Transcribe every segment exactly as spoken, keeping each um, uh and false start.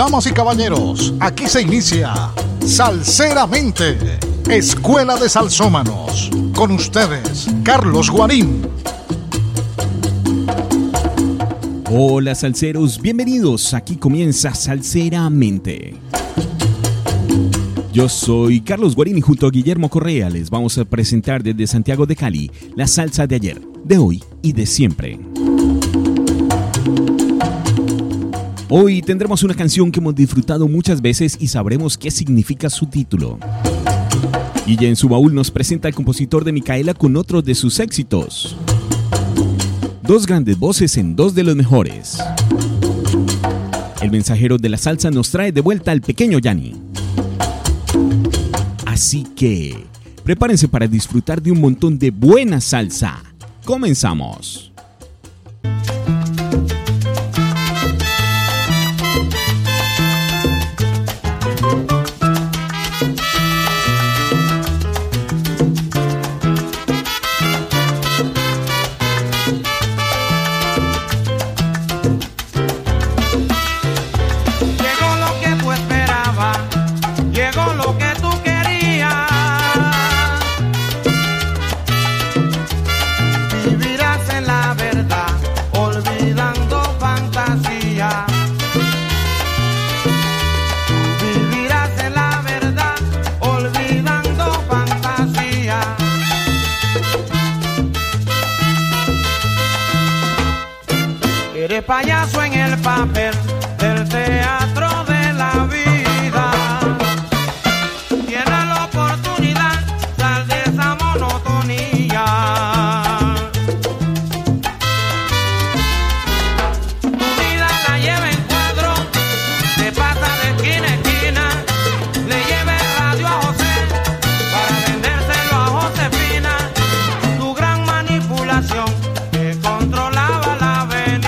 Damas y caballeros, aquí se inicia Salseramente, Escuela de Salsómanos. Con ustedes, Carlos Guarín. Hola salseros, bienvenidos. Aquí comienza Salseramente. Yo soy Carlos Guarín y junto a Guillermo Correa les vamos a presentar desde Santiago de Cali la salsa de ayer, de hoy y de siempre. Hoy tendremos una canción que hemos disfrutado muchas veces y sabremos qué significa su título. Guille en su baúl nos presenta al compositor de Micaela con otro de sus éxitos. Dos grandes voces en dos de los mejores. El mensajero de la salsa nos trae de vuelta al pequeño Yanni. Así que prepárense para disfrutar de un montón de buena salsa. ¡Comenzamos! Payaso en el papel del teatro de la vida. Tienes la oportunidad, sal de esa monotonía. Tu vida la lleva en cuadro, te pasa de esquina a esquina. Le lleva el radio a José para vendérselo a Josefina. Tu gran manipulación que controlaba la avenida.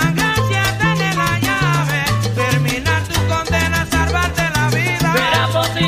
Será positivo,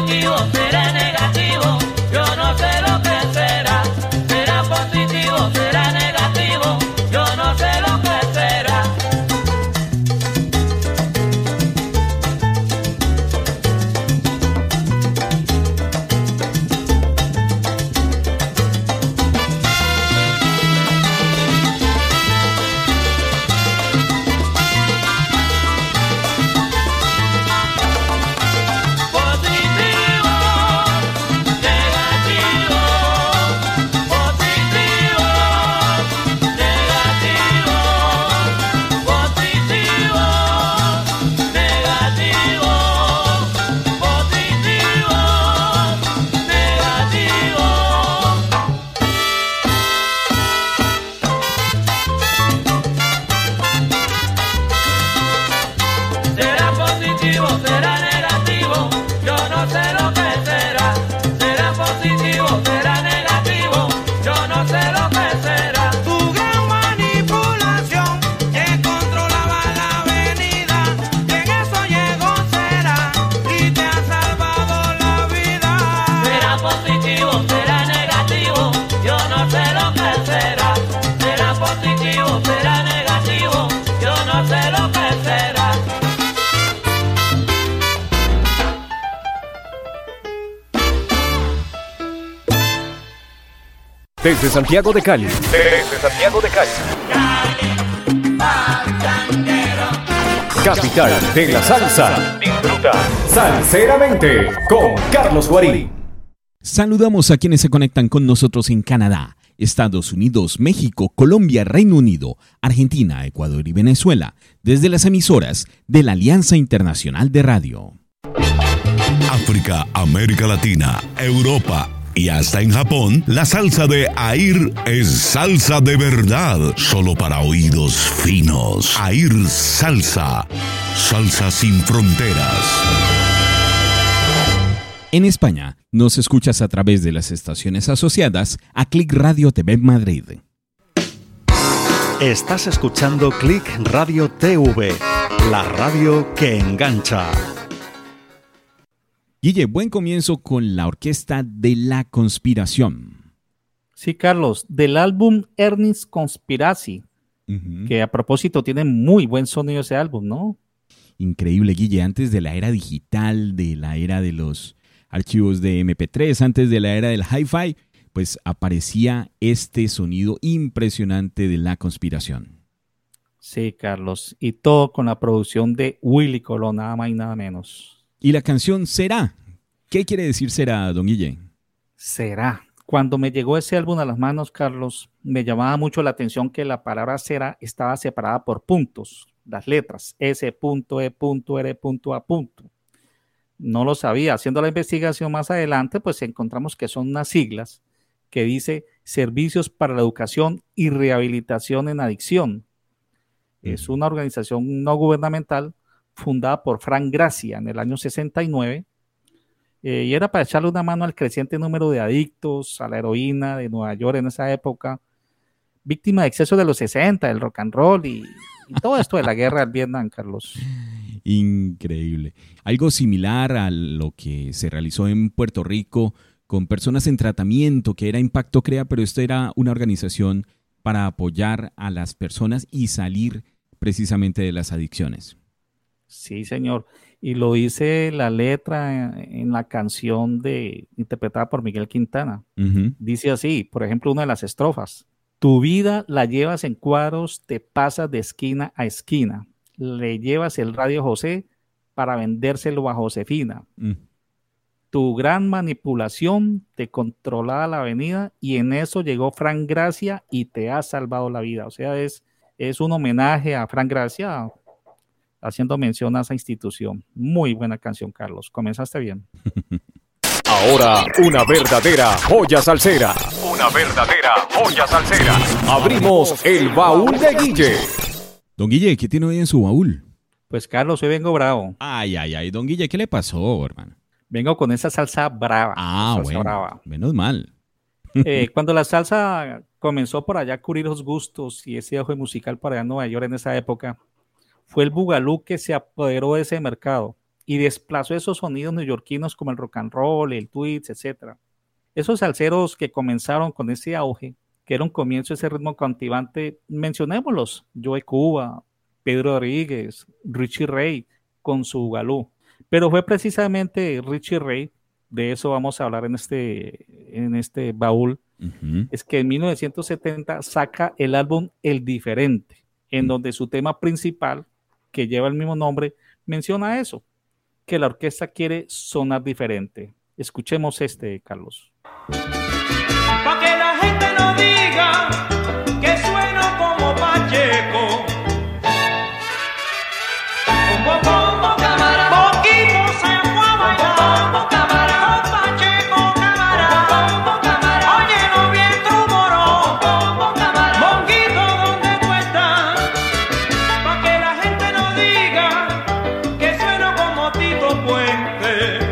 Desde Santiago de Cali. Desde Santiago de Cali. Capital de la salsa. Disfruta Salseramente con Carlos Guarín. Saludamos a quienes se conectan con nosotros en Canadá, Estados Unidos, México, Colombia, Reino Unido, Argentina, Ecuador y Venezuela, desde las emisoras de la Alianza Internacional de Radio. África, América Latina, Europa y hasta en Japón, la salsa de Air es salsa de verdad, solo para oídos finos. Air Salsa, salsa sin fronteras. En España, nos escuchas a través de las estaciones asociadas a Click Radio T V Madrid. Estás escuchando Click Radio T V, la radio que engancha. Guille, buen comienzo con la Orquesta de la Conspiración. Sí, Carlos, del álbum Ernest Conspiracy, uh-huh. que a propósito tiene muy buen sonido ese álbum, ¿no? Increíble, Guille, antes de la era digital, de la era de los archivos de eme pe tres, antes de la era del hi-fi, pues aparecía este sonido impresionante de La Conspiración. Sí, Carlos, y todo con la producción de Willy Colón, nada más y nada menos. Y la canción Será. ¿Qué quiere decir Será, don Guille? Será. Cuando me llegó ese álbum a las manos, Carlos, me llamaba mucho la atención que la palabra será estaba separada por puntos, las letras, S, E, R, A. No lo sabía. Haciendo la investigación más adelante, pues encontramos que son unas siglas que dice Servicios para la Educación y Rehabilitación en Adicción. Es una organización no gubernamental fundada por Frank Gracia en el año sesenta y nueve, eh, y era para echarle una mano al creciente número de adictos a la heroína de Nueva York en esa época, víctima de exceso de los sesenta, del rock and roll y, y todo esto de la guerra del Vietnam, Carlos. Increíble. Algo similar a lo que se realizó en Puerto Rico con personas en tratamiento, que era Impacto Crea, pero esto era una organización para apoyar a las personas y salir precisamente de las adicciones. Sí, señor. Y lo dice la letra en, en la canción de, interpretada por Miguel Quintana. Uh-huh. Dice así, por ejemplo, una de las estrofas. Tu vida la llevas en cuadros, te pasas de esquina a esquina. Le llevas el radio a José para vendérselo a Josefina. Uh. Tu gran manipulación te controlaba la avenida y en eso llegó Frank Gracia y te ha salvado la vida. O sea, es, es un homenaje a Frank Gracia, haciendo mención a esa institución. Muy buena canción, Carlos. Comenzaste bien. Ahora, una verdadera joya salsera. Una verdadera joya salsera. Abrimos el baúl de Guille. Don Guille, ¿qué tiene hoy en su baúl? Pues, Carlos, hoy vengo bravo. Ay, ay, ay. Don Guille, ¿qué le pasó, hermano? Vengo con esa salsa brava. Ah, salsa bueno. Brava. Menos mal. Eh, cuando la salsa comenzó por allá a cubrir los gustos y ese auge musical por allá en Nueva York en esa época, fue el bugalú que se apoderó de ese mercado y desplazó esos sonidos neoyorquinos como el rock and roll, el tweets, etcétera. Esos salseros que comenzaron con ese auge, que era un comienzo de ese ritmo cautivante, mencionémoslos, Joe Cuba, Pedro Rodríguez, Richie Ray, con su bugalú. Pero fue precisamente Richie Ray, de eso vamos a hablar en este, en este baúl, uh-huh. es que en mil novecientos setenta saca el álbum El Diferente, en uh-huh. donde su tema principal, que lleva el mismo nombre, menciona eso, que la orquesta quiere sonar diferente. Escuchemos este, Carlos. Pa' que la gente no diga que sueno como Pacheco. Combo, combo, cámara. Poquito se fue a bailar. Combo, cámara. Con Pacheco, cámara. Combo, cámara. Óyelo bien, tu moro. Combo, cámara. Monguito, ¿dónde tú estás? Pa' que la gente no diga que sueno como Tito Puente.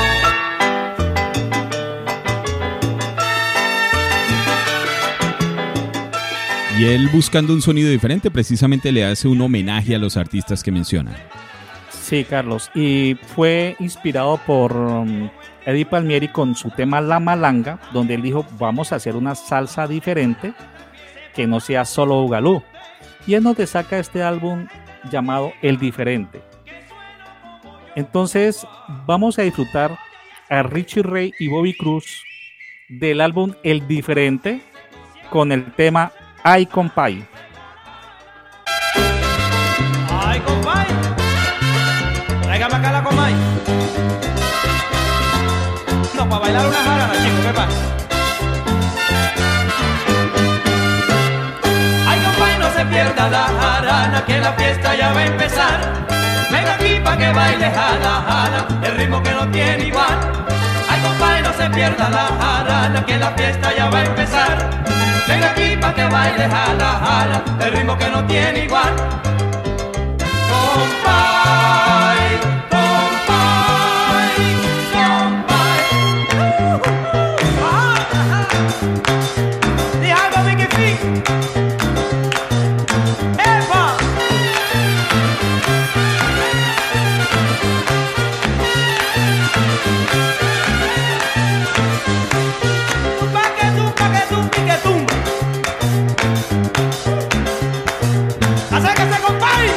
Y él, buscando un sonido diferente, precisamente le hace un homenaje a los artistas que menciona. Sí, Carlos, y fue inspirado por um, Eddie Palmieri con su tema La Malanga, donde él dijo, vamos a hacer una salsa diferente que no sea solo bugalú. Y él nos te saca este álbum llamado El Diferente. Entonces, vamos a disfrutar a Richie Ray y Bobby Cruz del álbum El Diferente, con el tema Ay Compay. Ay, compay, tráigame acá la comay. No, para bailar una jarana, chicos, ¿qué pasa? Ay, compay, no se pierda la jarana, que la fiesta ya va a empezar. Venga aquí pa' que baile jala, jala, el ritmo que no tiene igual. Ay, compay, no se pierda la jarana, que la fiesta ya va a empezar. Venga aquí pa' que baile jala, jala, el ritmo que no tiene igual. Compay, compay, compay. Ah, ah, ah. Di algo, Mickey P. ¡Epa! Paquetum, paquetum, piquetum. ¡Acérquese, compay!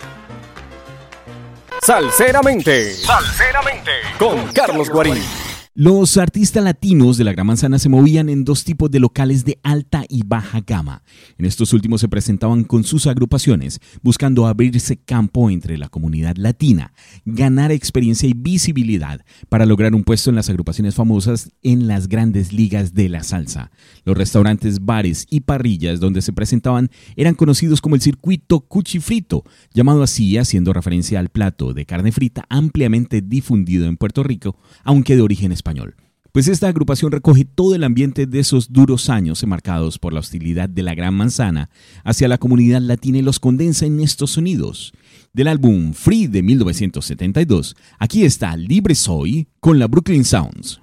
Salseramente. Salseramente. Con Carlos Guarín. Los artistas latinos de la Gran Manzana se movían en dos tipos de locales de alta y baja gama. En estos últimos se presentaban con sus agrupaciones, buscando abrirse campo entre la comunidad latina, ganar experiencia y visibilidad para lograr un puesto en las agrupaciones famosas en las grandes ligas de la salsa. Los restaurantes, bares y parrillas donde se presentaban eran conocidos como el circuito cuchifrito, llamado así haciendo referencia al plato de carne frita ampliamente difundido en Puerto Rico, aunque de origen español. Pues esta agrupación recoge todo el ambiente de esos duros años enmarcados por la hostilidad de la Gran Manzana hacia la comunidad latina y los condensa en estos sonidos. Del álbum Free de mil novecientos setenta y dos, aquí está Libre Soy con la Brooklyn Sounds.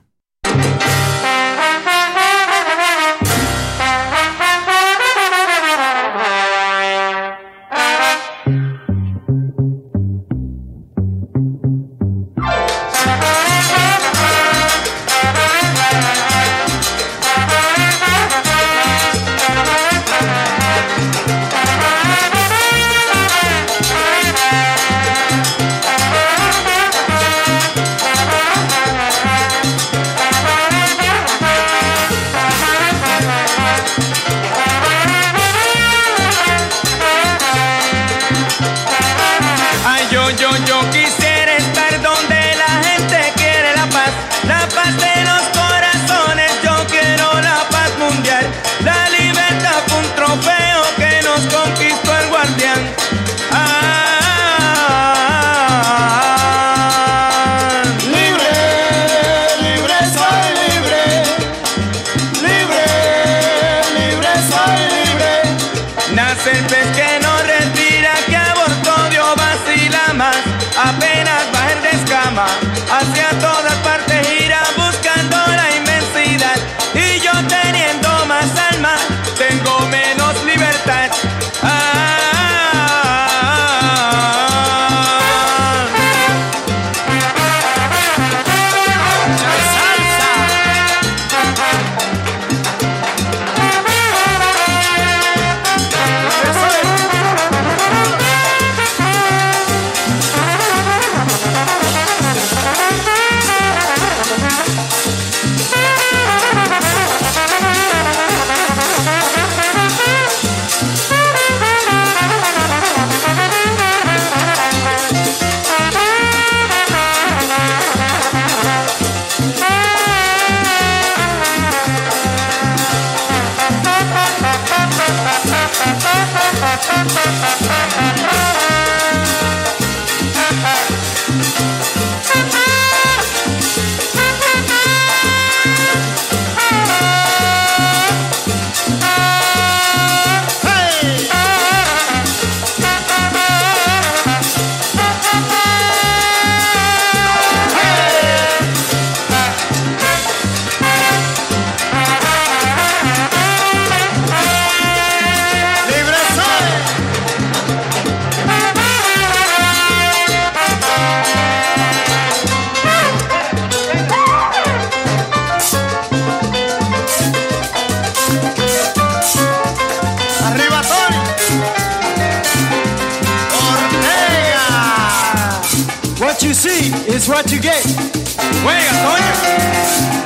Hacia todas partes irá buscando la inmensidad. Y yo teniendo más alma, tengo menos libertad. Ah, It's what you get. Juega, Toño.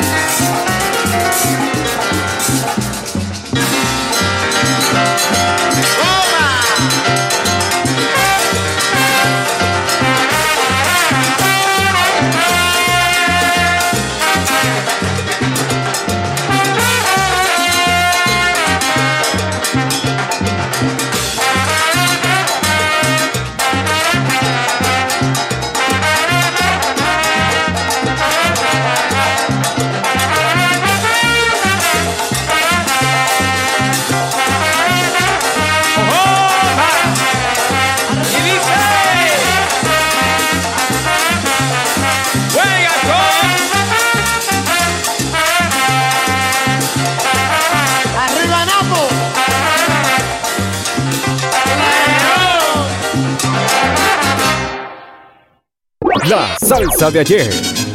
La salsa de ayer.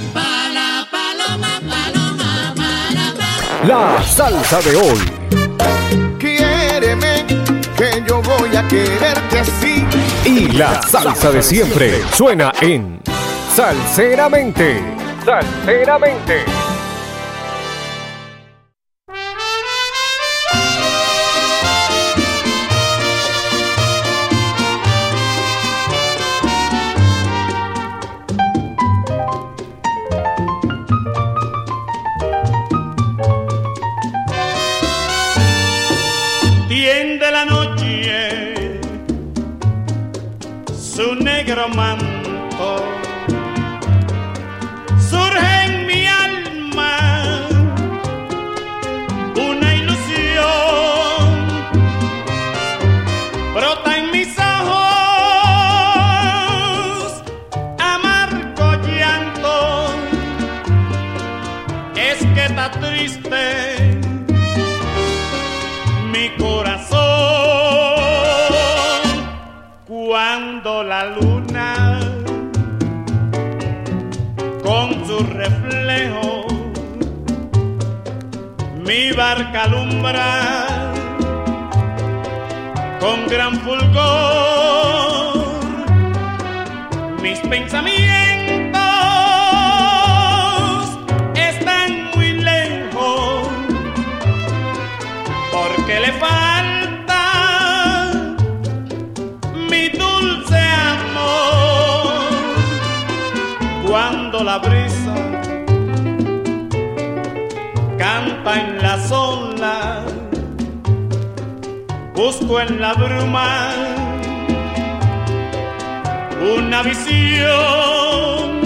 La salsa de hoy. Quiéreme, que yo voy a quererte así. Y la salsa de siempre suena en Salseramente. Salseramente. Tiende la noche su negro manto, surge en mi alma una ilusión, brota en mis ojos amargo llanto, es que está triste mi corazón cuando la luna con su reflejo mi barca alumbra con gran fulgor. Mis pensamientos están muy lejos porque le falta mi dulce amor. Cuando la brisa canta en las olas, busco en la bruma una visión,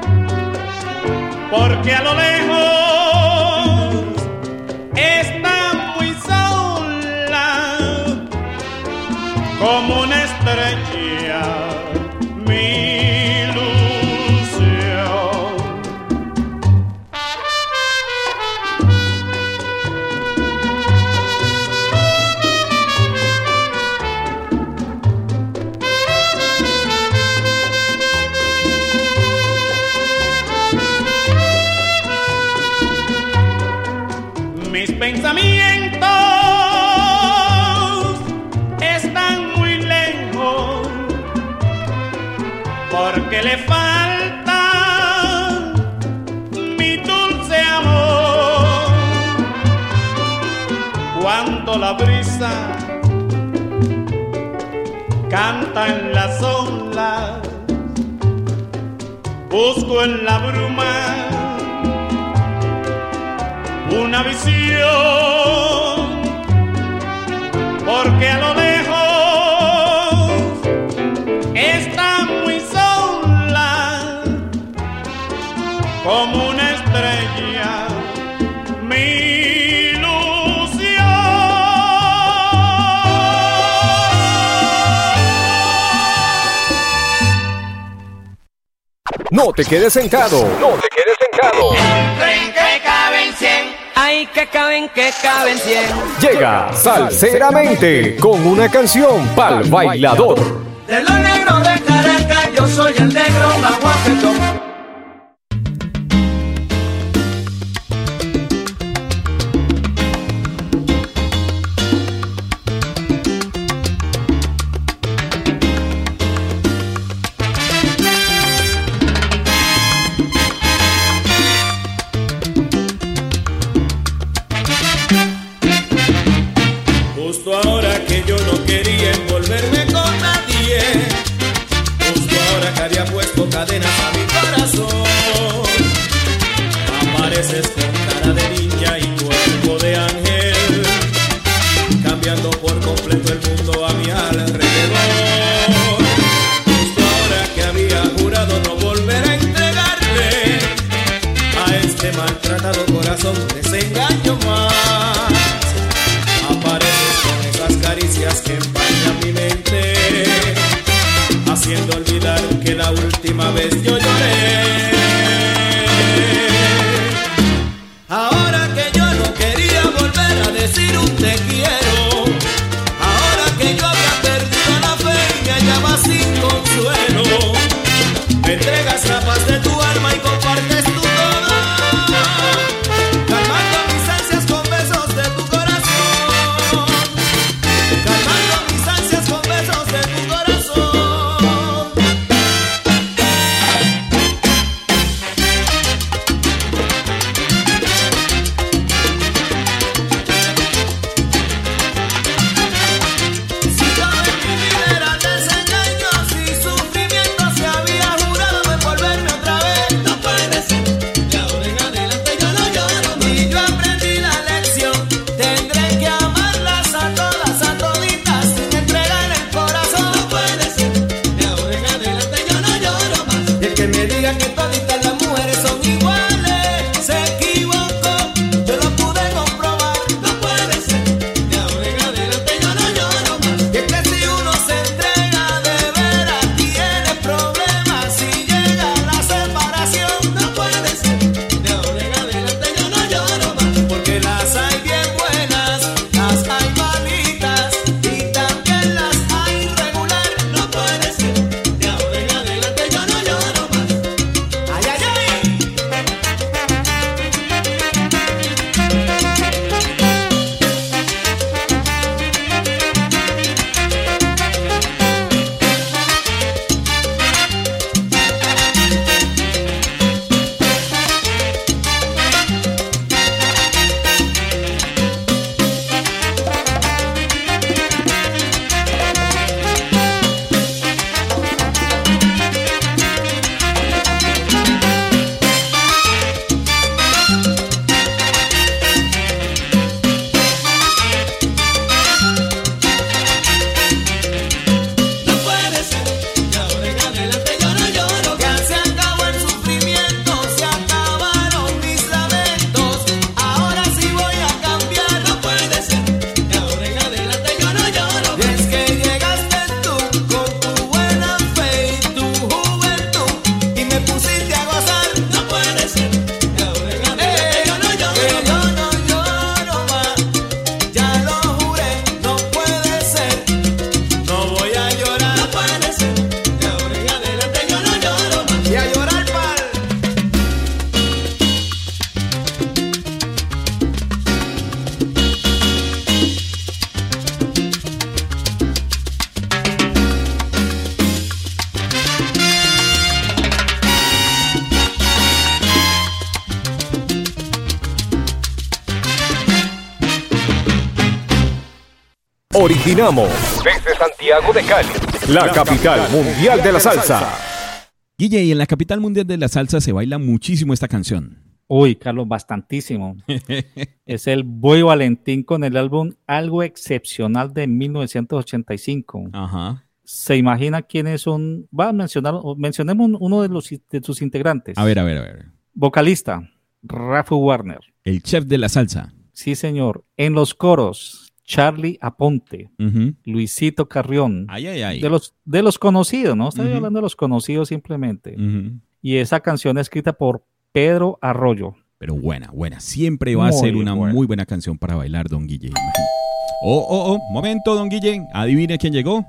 porque a lo lejos está muy sola como una estrella mi ilusión. Mis pensamientos están muy lejos porque le falta mi dulce amor. Cuando la brisa canta en las olas, busco en la bruma una visión, porque a lo lejos está muy sola como una estrella mi ilusión. No te quedes sentado. No te quedes sentado. Tren que caben cien. Ay, que caben, que caben cien. Llega Salseramente con una canción pa'l bailador. De los negros de Caracas, yo soy el negro más guapetón. Justo ahora que yo no quería envolverme con nadie, justo ahora que había puesto cadenas a mi corazón, apareces con cara de niña y cuerpo de ángel, cambiando por completo el mundo a mi alrededor. Justo ahora que había jurado no volver a entregarle a este maltratado corazón, desengaño más. Caricias que empañan mi mente, haciendo olvidar que la última vez yo lloré. Ahora que yo no quería volver a decir un te quiero, ahora que yo había perdido la fe y me hallaba sin consuelo, me entregas la paz de tu alma y compartes tu todo, calmando mis ansias con besos de tu corazón. toditas las mujeres son iguales. Se equivocó, yo lo pude comprobar. No puede ser, de ahora en adelante yo no lloro más. Y es que si uno se entrega de veras tiene problemas. Si llega la separación, no puede ser, de ahora en adelante yo no lloro más. Porque las hay bien buenas, las hay malitas y también las hay regular. No puede ser, de ahora en adelante yo no lloro más. ¡Ay, ay, ay! No puede ser, de ahora en adelante yo no lloro. Ya se acabó el sufrimiento, se acabaron mis lamentos. Ahora sí voy a cambiar. No puede ser, de ahora en adelante yo no lloro. Y es que llegaste tú con tu buena fe y tu juventud y me pusiste a gozar. No puede ser, de ahora en adelante yo no lloro. Que yo no lloro más, ya lo juré. No puede ser, no voy a llorar. No puede ser, de ahora en adelante yo no lloro más. Y a llorar pal. Originamos desde Santiago de Cali, la capital mundial de la salsa. Guille, y en la capital mundial de la salsa se baila muchísimo esta canción. Uy, Carlos, bastantísimo. Es el Boy Valentín con el álbum Algo Excepcional de mil novecientos ochenta y cinco. Ajá. ¿Se imagina quiénes son? Va a mencionar, o mencionemos uno de, los, de sus integrantes. A ver, a ver, a ver. Vocalista, Rafa Warner. El chef de la salsa. Sí, señor. En los coros, Charlie Aponte, Ujú. Luisito Carrión. Ay, ay, ay. De los, de los conocidos, ¿no? Estoy Ujú. hablando de los conocidos simplemente. Ujú. Y esa canción es escrita por Pedro Arroyo. Pero buena, buena. Siempre va a Muy ser una buena. muy buena canción para bailar, don Guille. Imagínate. Oh, oh, oh. Momento, don Guille. Adivine quién llegó.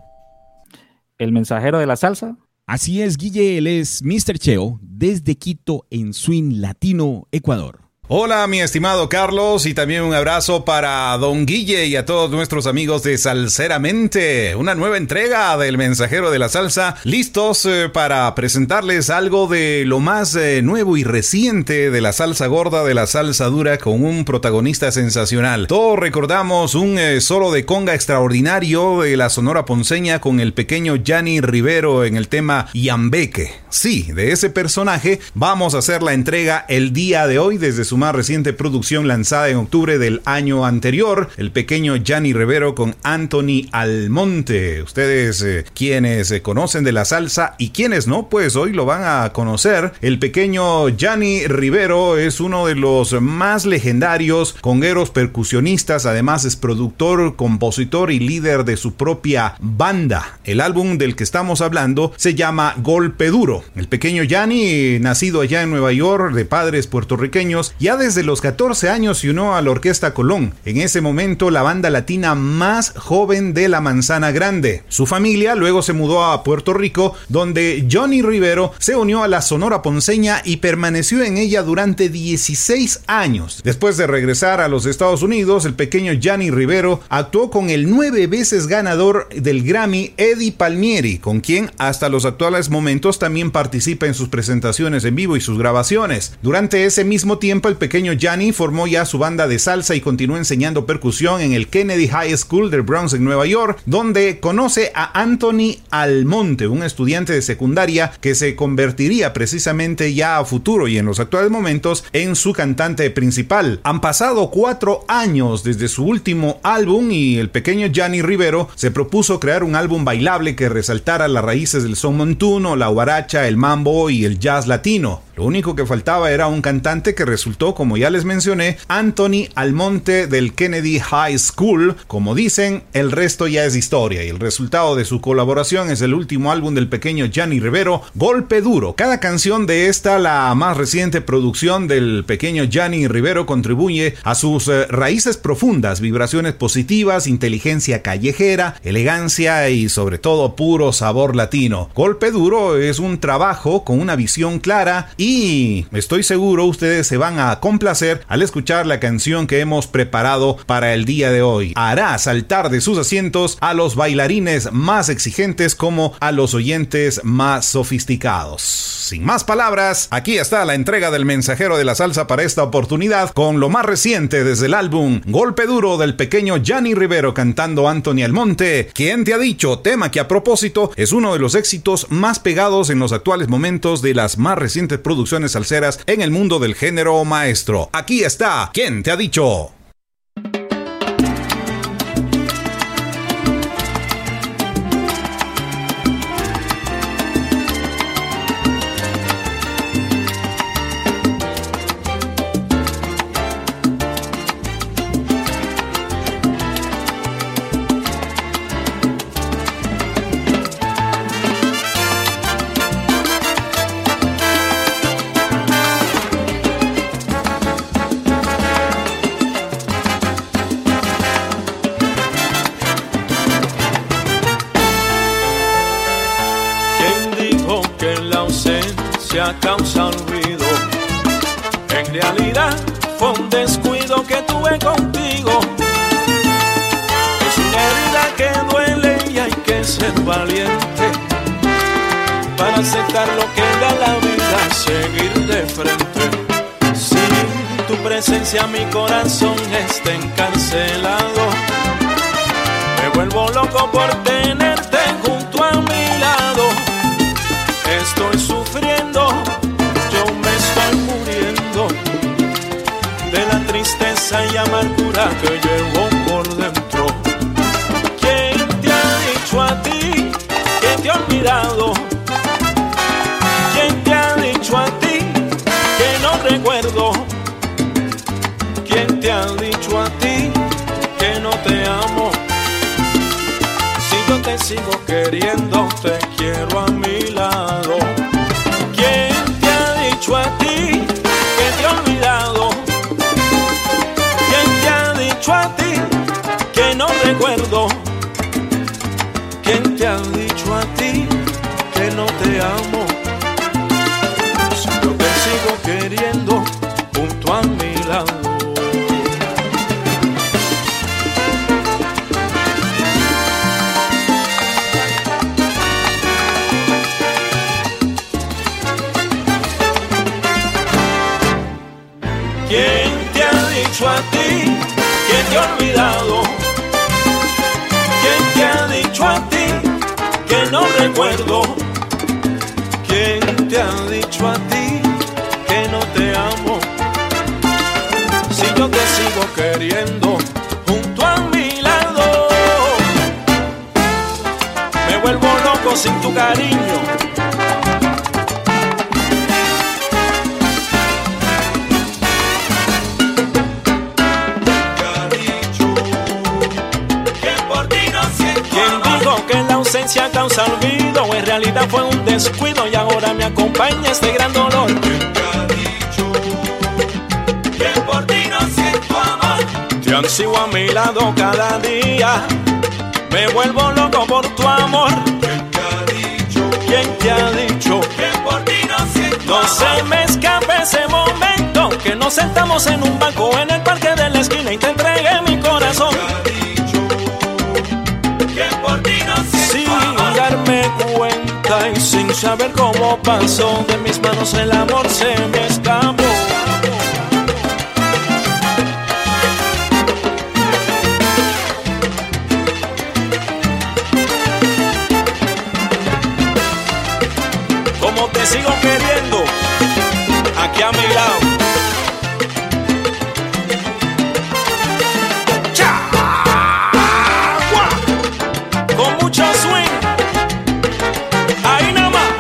El mensajero de la salsa. Así es, Guille. Él es mister Cheo desde Quito en Swing Latino, Ecuador. Hola, mi estimado Carlos, y también un abrazo para Don Guille y a todos nuestros amigos de Salseramente. Una nueva entrega del Mensajero de la Salsa, listos eh, para presentarles algo de lo más eh, nuevo y reciente de la salsa gorda, de la salsa dura, con un protagonista sensacional. Todos recordamos un eh, solo de conga extraordinario de la Sonora Ponceña con el pequeño Gianni Rivero en el tema Yambeque. Sí, de ese personaje vamos a hacer la entrega el día de hoy desde su más reciente producción lanzada en octubre del año anterior, el pequeño Gianni Rivero con Anthony Almonte. Ustedes eh, quienes eh, conocen de la salsa y quienes no, pues hoy lo van a conocer. El pequeño Gianni Rivero es uno de los más legendarios congueros percusionistas, además es productor, compositor y líder de su propia banda. El álbum del que estamos hablando se llama Golpe Duro. El pequeño Gianni, nacido allá en Nueva York de padres puertorriqueños, ya desde los catorce años se unió a la Orquesta Colón, en ese momento la banda latina más joven de la Manzana Grande. Su familia luego se mudó a Puerto Rico, donde Gianni Rivero se unió a la Sonora Ponceña y permaneció en ella durante dieciséis años. Después de regresar a los Estados Unidos, el pequeño Gianni Rivero actuó con el nueve veces ganador del Grammy Eddie Palmieri, con quien hasta los actuales momentos también participa en sus presentaciones en vivo y sus grabaciones. Durante ese mismo tiempo, el pequeño Johnny formó ya su banda de salsa y continuó enseñando percusión en el Kennedy High School del Bronx en Nueva York, donde conoce a Anthony Almonte, un estudiante de secundaria que se convertiría precisamente ya a futuro y en los actuales momentos en su cantante principal. Han pasado cuatro años desde su último álbum y el pequeño Johnny Rivero se propuso crear un álbum bailable que resaltara las raíces del son montuno, la guaracha, el mambo y el jazz latino. Lo único que faltaba era un cantante que resultó, como ya les mencioné, Anthony Almonte del Kennedy High School. Como dicen, el resto ya es historia y el resultado de su colaboración es el último álbum del pequeño Johnny Rivero, Golpe Duro. Cada canción de esta, la más reciente producción del pequeño Johnny Rivero, contribuye a sus eh, raíces profundas, vibraciones positivas, inteligencia callejera, elegancia y sobre todo puro sabor latino. Golpe Duro es un trabajo con una visión clara y Y estoy seguro ustedes se van a complacer al escuchar la canción que hemos preparado para el día de hoy. Hará saltar de sus asientos a los bailarines más exigentes como a los oyentes más sofisticados. Sin más palabras, aquí está la entrega del mensajero de la salsa para esta oportunidad con lo más reciente desde el álbum Golpe Duro del pequeño Johnny Rivero cantando Anthony Almonte. ¿Quién te ha dicho? Tema que a propósito es uno de los éxitos más pegados en los actuales momentos de las más recientes producciones producciones salseras en el mundo del género maestro. Aquí está, ¿quién te ha dicho? Causa olvido. En realidad fue un descuido que tuve contigo. Es una herida que duele y hay que ser valiente para aceptar lo que da la vida, seguir de frente. Sin tu presencia mi corazón está encarcelado. Me vuelvo loco por tenerte junto a mi lado. Estoy sufriendo, yo me estoy muriendo de la tristeza y amargura que llevo por dentro. ¿Quién te ha dicho a ti que te he olvidado? ¿Quién te ha dicho a ti que no recuerdo? ¿Quién te ha dicho a ti que no te amo? Si yo te sigo queriendo, te quiero a mi lado. ¿Quién te ha dicho a ti que te he olvidado? ¿Quién te ha dicho a ti que no recuerdo? ¿Quién te ha dicho a ti que no te amo? Si yo te sigo queriendo junto a mi lado. ¿Quién te ha dicho a ti que te he olvidado? ¿Quién te ha dicho a ti que no recuerdo? ¿Quién te ha dicho a ti que no te amo? Si yo te sigo queriendo junto a mi lado. Me vuelvo loco sin tu cariño. Que la ausencia causa olvido, en realidad fue un descuido y ahora me acompaña este gran dolor. ¿Quién te ha dicho que por ti no siento amor? Te ansío a mi lado cada día, me vuelvo loco por tu amor. ¿Quién te ha dicho? ¿Quién te ha dicho que por ti no siento no amor? No se me escape ese momento que nos sentamos en un banco en el parque de la esquina y te entregué mi corazón. Sin darme cuenta y sin saber cómo pasó, de mis manos el amor se me escapó. sigo queriendo aquí a mi lado. ¡Chagua! Con mucho swing. Ahí nada más.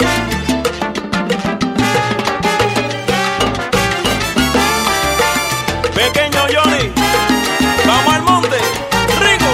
Pequeño Johnny, vamos al monte, rico.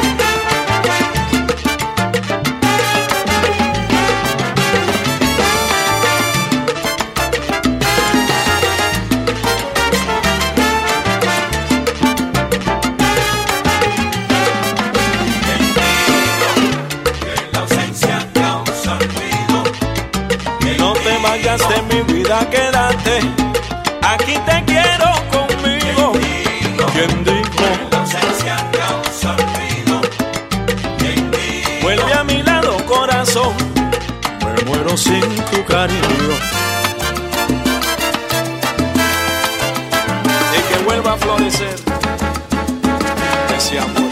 De mi vida quédate, aquí te quiero conmigo. ¿Quién dijo? La ausencia causa olvido. ¿Quién dijo? Vuelve a mi lado, corazón, me muero sin tu cariño. Y que vuelva a florecer ese amor.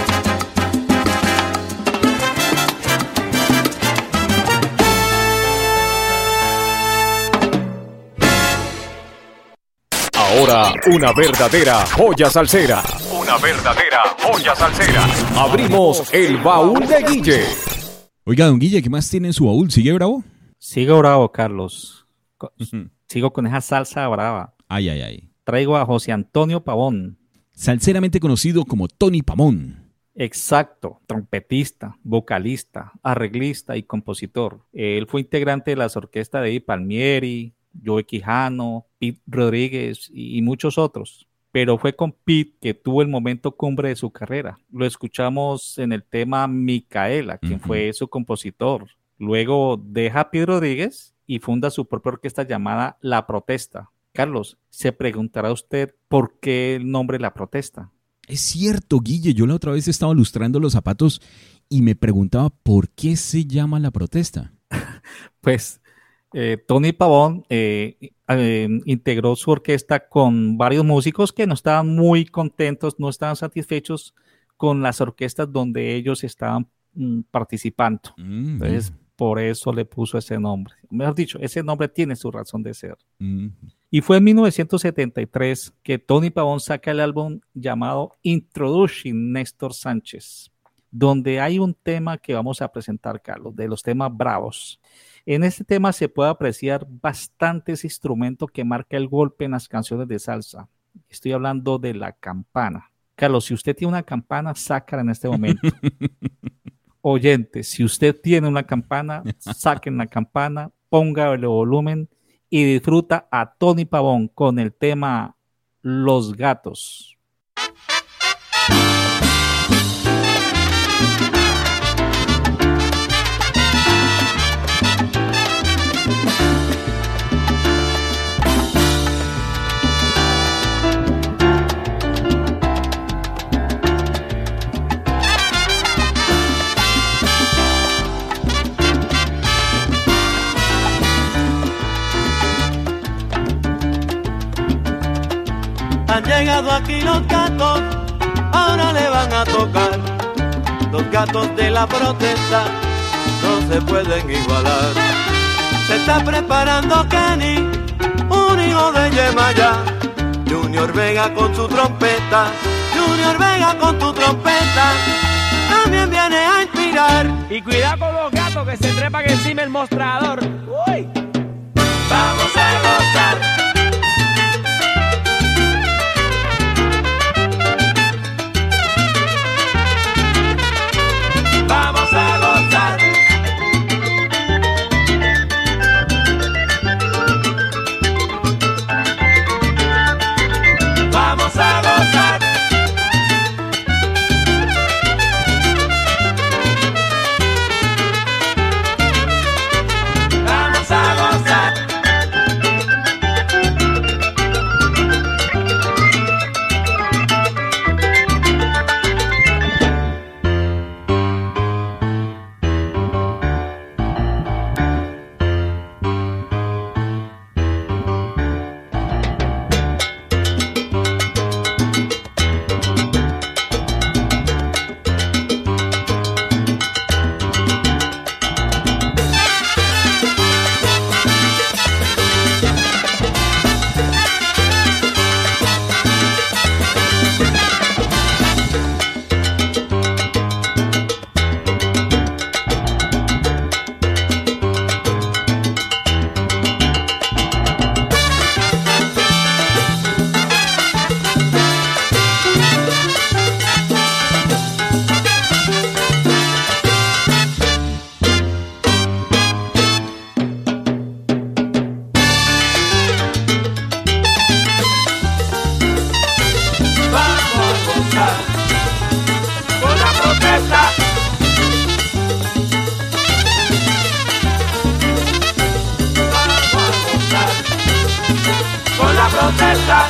Ahora, una verdadera joya salsera. Una verdadera joya salsera. Abrimos el baúl de Guille. Oiga, don Guille, ¿qué más tiene en su baúl? ¿Sigue bravo? Sigo bravo, Carlos. Co- Sigo con esa salsa brava. Ay, ay, ay. Traigo a José Antonio Pavón. Salseramente conocido como Tony Pavón. Exacto, trompetista, vocalista, arreglista y compositor. Él fue integrante de las orquestas de Eddie Palmieri, Joe Quijano, Pete Rodríguez y, y muchos otros. Pero fue con Pete que tuvo el momento cumbre de su carrera. Lo escuchamos en el tema Micaela, quien uh-huh. fue su compositor. Luego deja a Pete Rodríguez y funda su propia orquesta llamada La Protesta. Carlos, se preguntará usted por qué el nombre La Protesta. Es cierto, Guille, yo la otra vez estaba lustrando los zapatos y me preguntaba por qué se llama La Protesta. Pues eh, Tony Pavón eh, eh, integró su orquesta con varios músicos que no estaban muy contentos, no estaban satisfechos con las orquestas donde ellos estaban mm, participando. Mm-hmm. Entonces, por eso le puso ese nombre. Mejor dicho, ese nombre tiene su razón de ser. Mm-hmm. Y fue en mil novecientos setenta y tres que Tony Pavón saca el álbum llamado Introducing Néstor Sánchez, donde hay un tema que vamos a presentar, Carlos, de los temas bravos. En este tema se puede apreciar bastantes instrumentos que marca el golpe en las canciones de salsa. Estoy hablando de la campana. Carlos, si usted tiene una campana, sácala en este momento. Oyente, si usted tiene una campana, saquen la campana, póngale volumen y disfruta a Tony Pavón con el tema Los Gatos. Han llegado aquí los gatos, ahora le van a tocar. Los gatos de la protesta no se pueden igualar. Se está preparando Kenny, un hijo de Yemayá. Junior Vega con su trompeta, Junior Vega con tu trompeta, también viene a inspirar. Y cuidado con los gatos que se trepan encima del mostrador. Uy. Vamos a gozar. Vamos a gozar. Vamos a gozar. Vamos a gozar. con la protesta.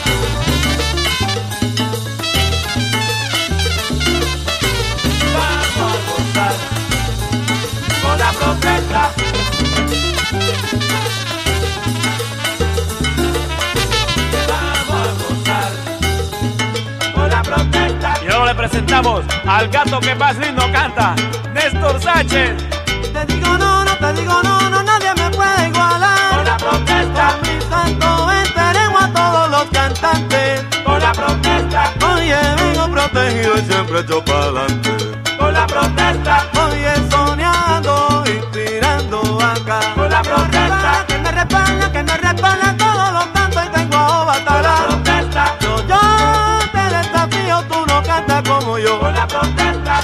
Vamos a gozar con la protesta. Vamos a gozar con la protesta. Y ahora le presentamos al gato que más lindo canta, Néstor Sánchez. Te digo no, no te digo no, no, nadie me puede igualar. Con la protesta. Con mi santo venceremos a todos los cantantes. Con la protesta. Oye, vengo protegido y siempre echo pa'lante. Con la protesta. Oye, soñando y tirando acá. Con la protesta. Que me respalda, que me respalda todos los cantos y tengo a batalar. Con la protesta. Yo, yo te desafío, tú no cantas como yo. Con la protesta.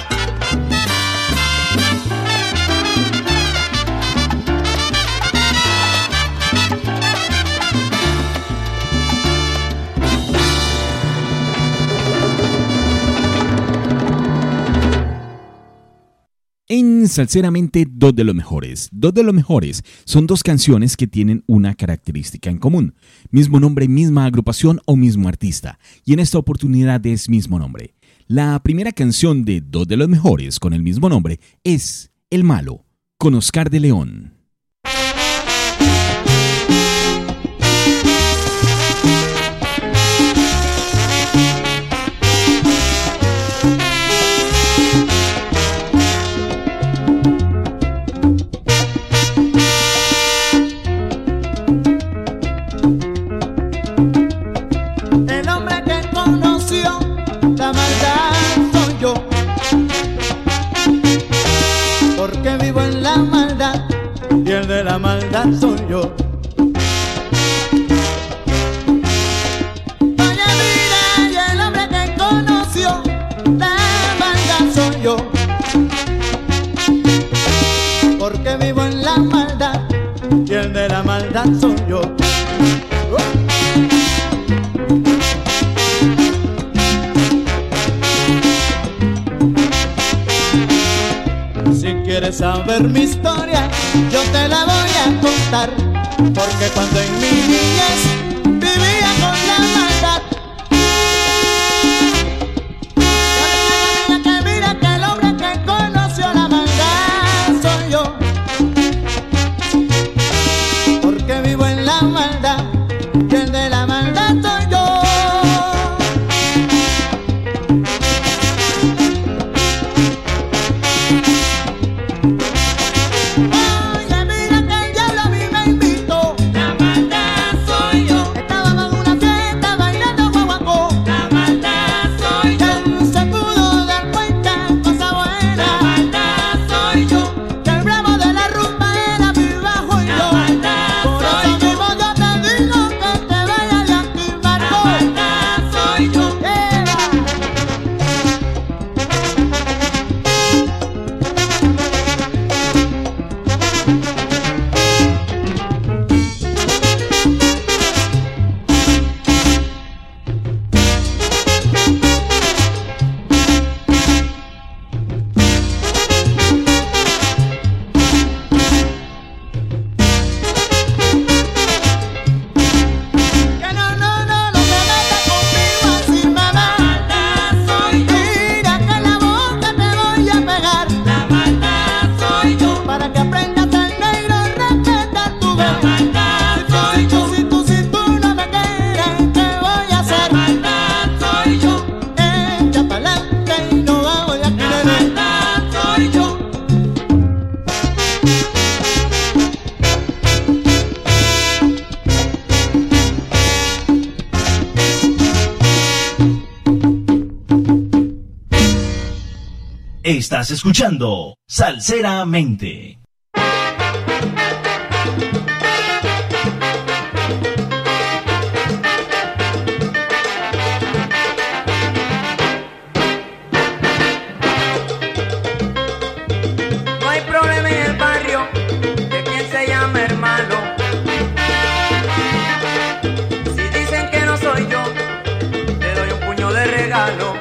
En Salseramente, dos de los mejores. Dos de los mejores son dos canciones que tienen una característica en común. Mismo nombre, misma agrupación o mismo artista. Y en esta oportunidad es mismo nombre. La primera canción de Dos de los mejores con el mismo nombre es El Malo, con Oscar de León. La maldad soy yo. Oye, mira, y el hombre que conoció la maldad soy yo. Porque vivo en la maldad y el de la maldad soy yo. Si quieres saber mi historia, yo te la voy a contar, porque cuando en mi niñez vivía con la maldad. Mira que mira que el hombre que conoció la maldad soy yo, porque vivo en la maldad y el de la maldad soy yo. Estás escuchando Salseramente. No hay problema en el barrio de quien se llama hermano. Si dicen que no soy yo, le doy un puño de regalo.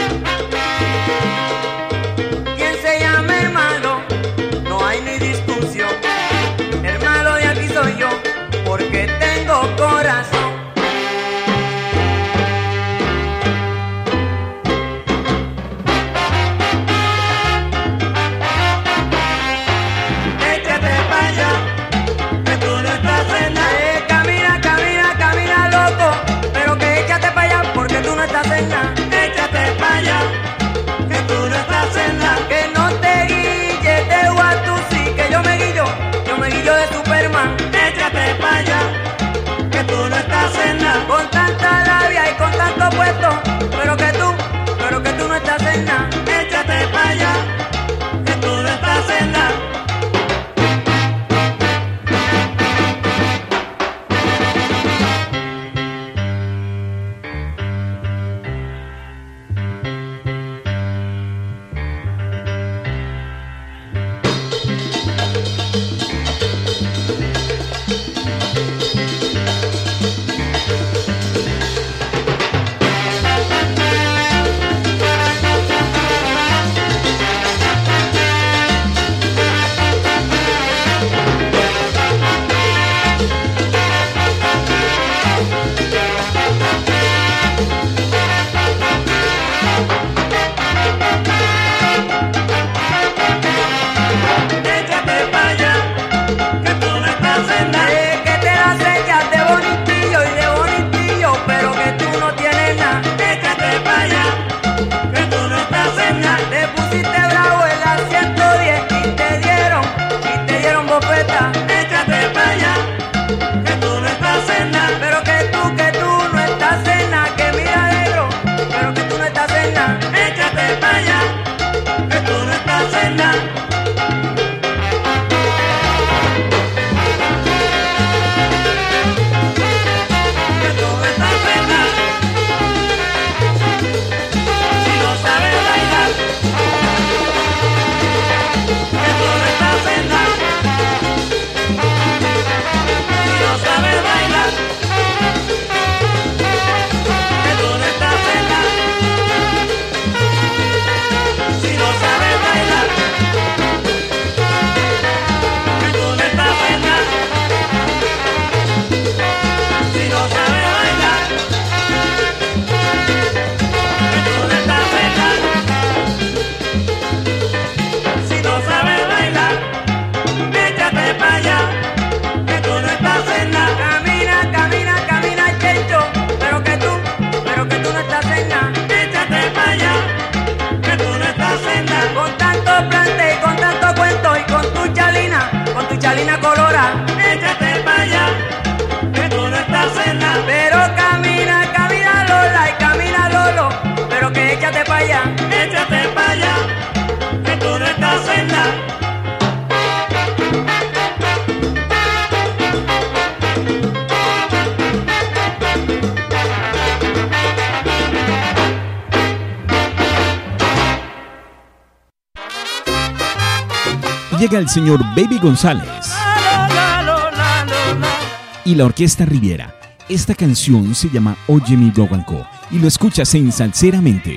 Quien se llama hermano, no hay ni discusión. Hermano de aquí soy yo, porque tengo corazón. llega el señor Baby González y la Orquesta Riviera. Esta canción se llama Oye mi guaguancó y lo escuchas en Salseramente.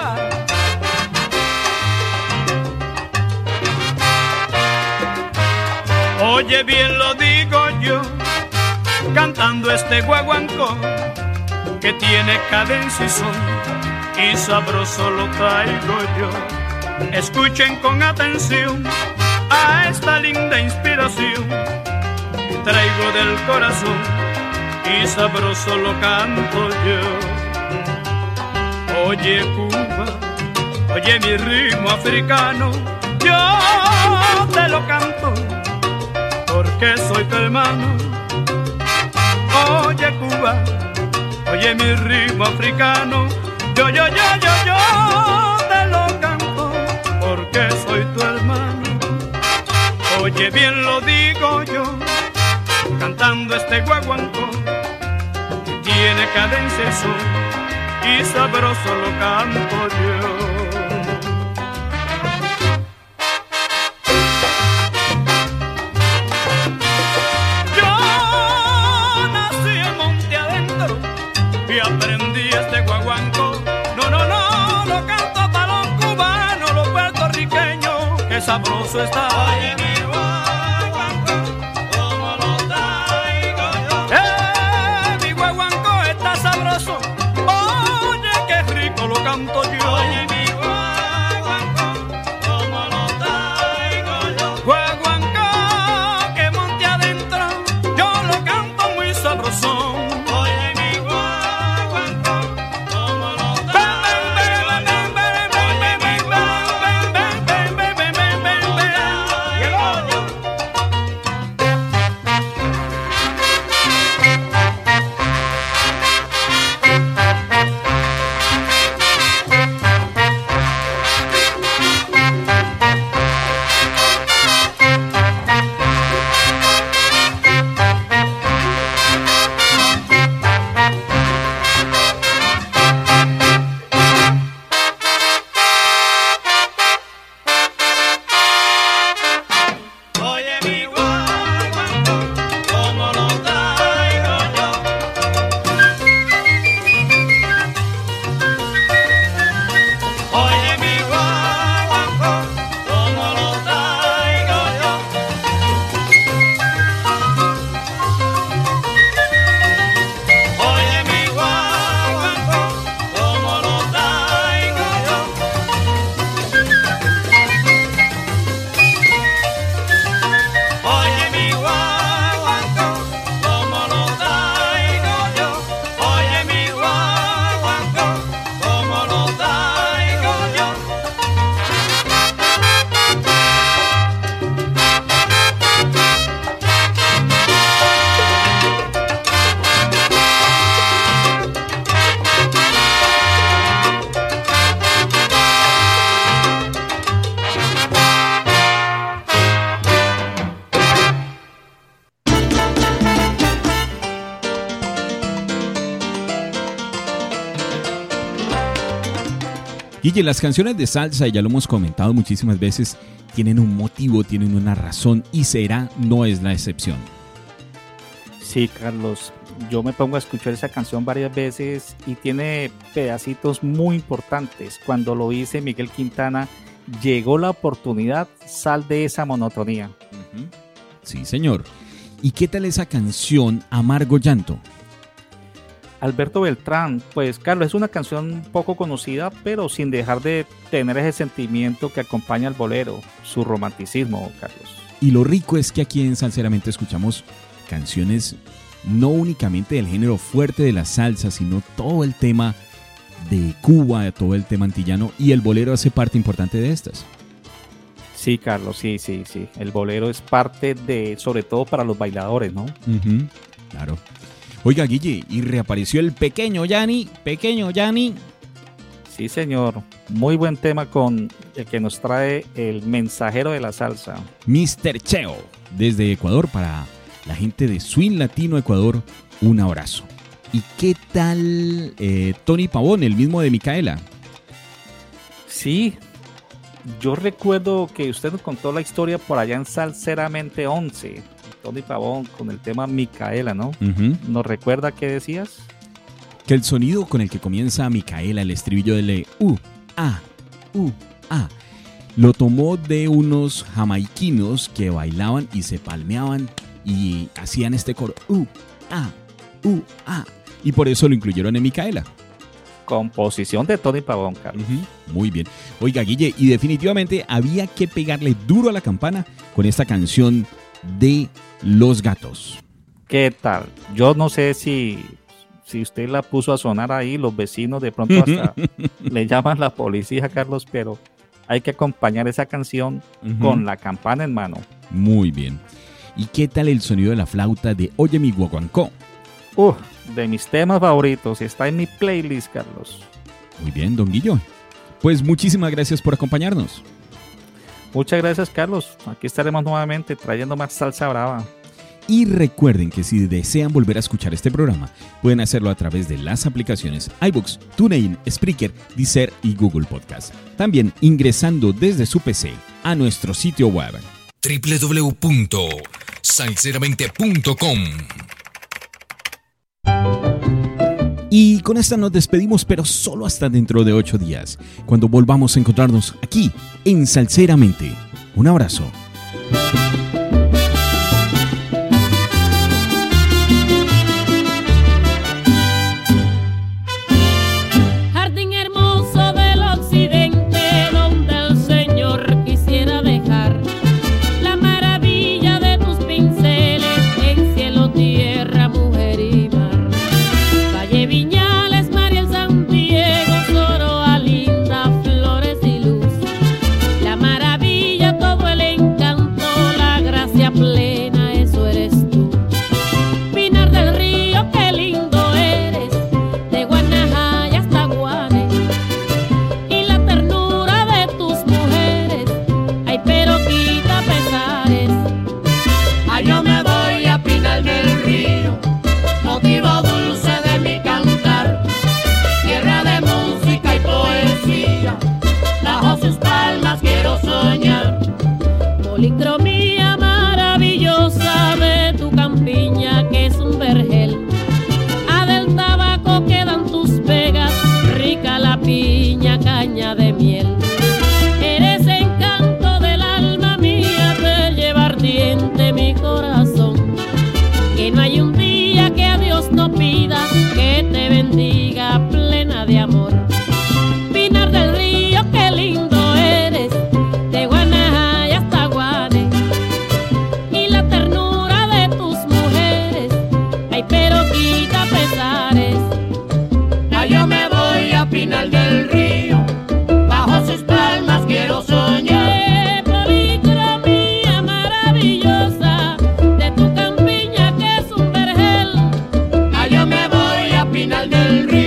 Oye bien lo digo yo, cantando este guaguancó que tiene cadencia y son, y sabroso lo traigo yo. Escuchen con atención a esta linda inspiración que traigo del corazón, y sabroso lo canto yo. Oye Cuba, oye mi ritmo africano, yo te lo canto porque soy tu hermano. Oye Cuba, oye mi ritmo africano, yo, yo, yo, yo, yo te lo canto porque soy tu hermano. Oye bien lo digo yo, cantando este guaguancó que tiene cadencia y son, y sabroso lo canto yo. Y aprendí este guaguancó, no, no, no, lo canto para los cubanos, los puertorriqueños, que sabroso está. Oye mi guaguancó, como lo traigo yo. Eh, mi guaguancó está sabroso, oye qué rico lo canto yo. Oye mi guaguancó, como lo traigo yo. Guaguancó que monte adentro, yo lo canto muy sabroso. Guille, las canciones de salsa, ya lo hemos comentado muchísimas veces, tienen un motivo, tienen una razón y Será no es la excepción. Sí, Carlos, yo me pongo a escuchar esa canción varias veces y tiene pedacitos muy importantes. Cuando lo dice Miguel Quintana, llegó la oportunidad, sal de esa monotonía. Uh-huh. Sí, señor. ¿Y qué tal esa canción Amargo Llanto? Alberto Beltrán, pues Carlos, es una canción poco conocida, pero sin dejar de tener ese sentimiento que acompaña al bolero, su romanticismo, Carlos. Y lo rico es que aquí en Salseramente escuchamos canciones no únicamente del género fuerte de la salsa, sino todo el tema de Cuba, todo el tema antillano, y el bolero hace parte importante de estas. Sí, Carlos, sí, sí, sí. El bolero es parte de, sobre todo para los bailadores, ¿no? Uh-huh, claro. Oiga, Guille, y reapareció el pequeño Yanni, pequeño Yanni. Sí, señor. Muy buen tema con el que nos trae el mensajero de la salsa. mister Cheo, desde Ecuador, para la gente de Swing Latino Ecuador, un abrazo. ¿Y qué tal eh, Tony Pavón, el mismo de Micaela? Sí, Yo recuerdo que usted nos contó la historia por allá en Salseramente once, Tony Pavón, con el tema Micaela, ¿no? Uh-huh. ¿Nos recuerda qué decías? Que el sonido con el que comienza Micaela, el estribillo de U, A, U, A, lo tomó de unos jamaiquinos que bailaban y se palmeaban y hacían este coro U, A, U, A, y por eso lo incluyeron en Micaela. Composición de Tony Pavón, Carlos. Uh-huh. Muy bien. Oiga, Guille, y definitivamente había que pegarle duro a la campana con esta canción de Los Gatos. ¿Qué tal? Yo no sé si, si usted la puso a sonar ahí, los vecinos de pronto hasta le llaman la policía, Carlos, pero hay que acompañar esa canción uh-huh. con la campana en mano. Muy bien. ¿Y qué tal el sonido de la flauta de Oye mi guaguancó? Uh, de mis temas favoritos, está en mi playlist, Carlos. Muy bien, don Guillo. Pues muchísimas gracias por acompañarnos. Muchas gracias, Carlos. Aquí estaremos nuevamente trayendo más salsa brava. Y recuerden que si desean volver a escuchar este programa, pueden hacerlo a través de las aplicaciones iVoox, TuneIn, Spreaker, Deezer y Google Podcast. También ingresando desde su P C a nuestro sitio web doble u doble u doble u punto salseramente punto com. Y con esta nos despedimos, pero solo hasta dentro de ocho días, cuando volvamos a encontrarnos aquí en Salseramente. Un abrazo. Jardín hermoso del occidente, donde el Señor quisiera dejar la maravilla de tus pinceles en cielo, tierra, mujer y mar. Valle Viñales, Mariel, San Diego, Soroa, Linda, flores y luz. La maravilla, todo el encanto, la gracia plena, eso eres tú. Pinar del Río, qué lindo eres, de Guanajay hasta Guane. Y la ternura de tus mujeres, ay, pero quita pesares. Ay, yo me voy a Pinar del Río, motivo dulce de mi cantar, tierra de música y poesía, bajo sus palmas quiero soñar. Policromía maravillosa de tu campiña, que es un vergel. A del tabaco quedan tus vegas, rica la piña, caña de miel. Eres encanto del alma mía, te lleva ardiente mi corazón. Que no hay un día que a Dios no pida que te bendiga plena de amor. Pinar del Río, qué lindo eres, de Guanajay hasta Guane. Y la ternura de tus mujeres, ay, pero quita pesares. Ay, yo me voy a Pinar del Río, bajo sus palmas quiero soñar. Eh, policromía maravillosa de tu campiña, que es un vergel. Ay, yo me voy a Pinar del Río.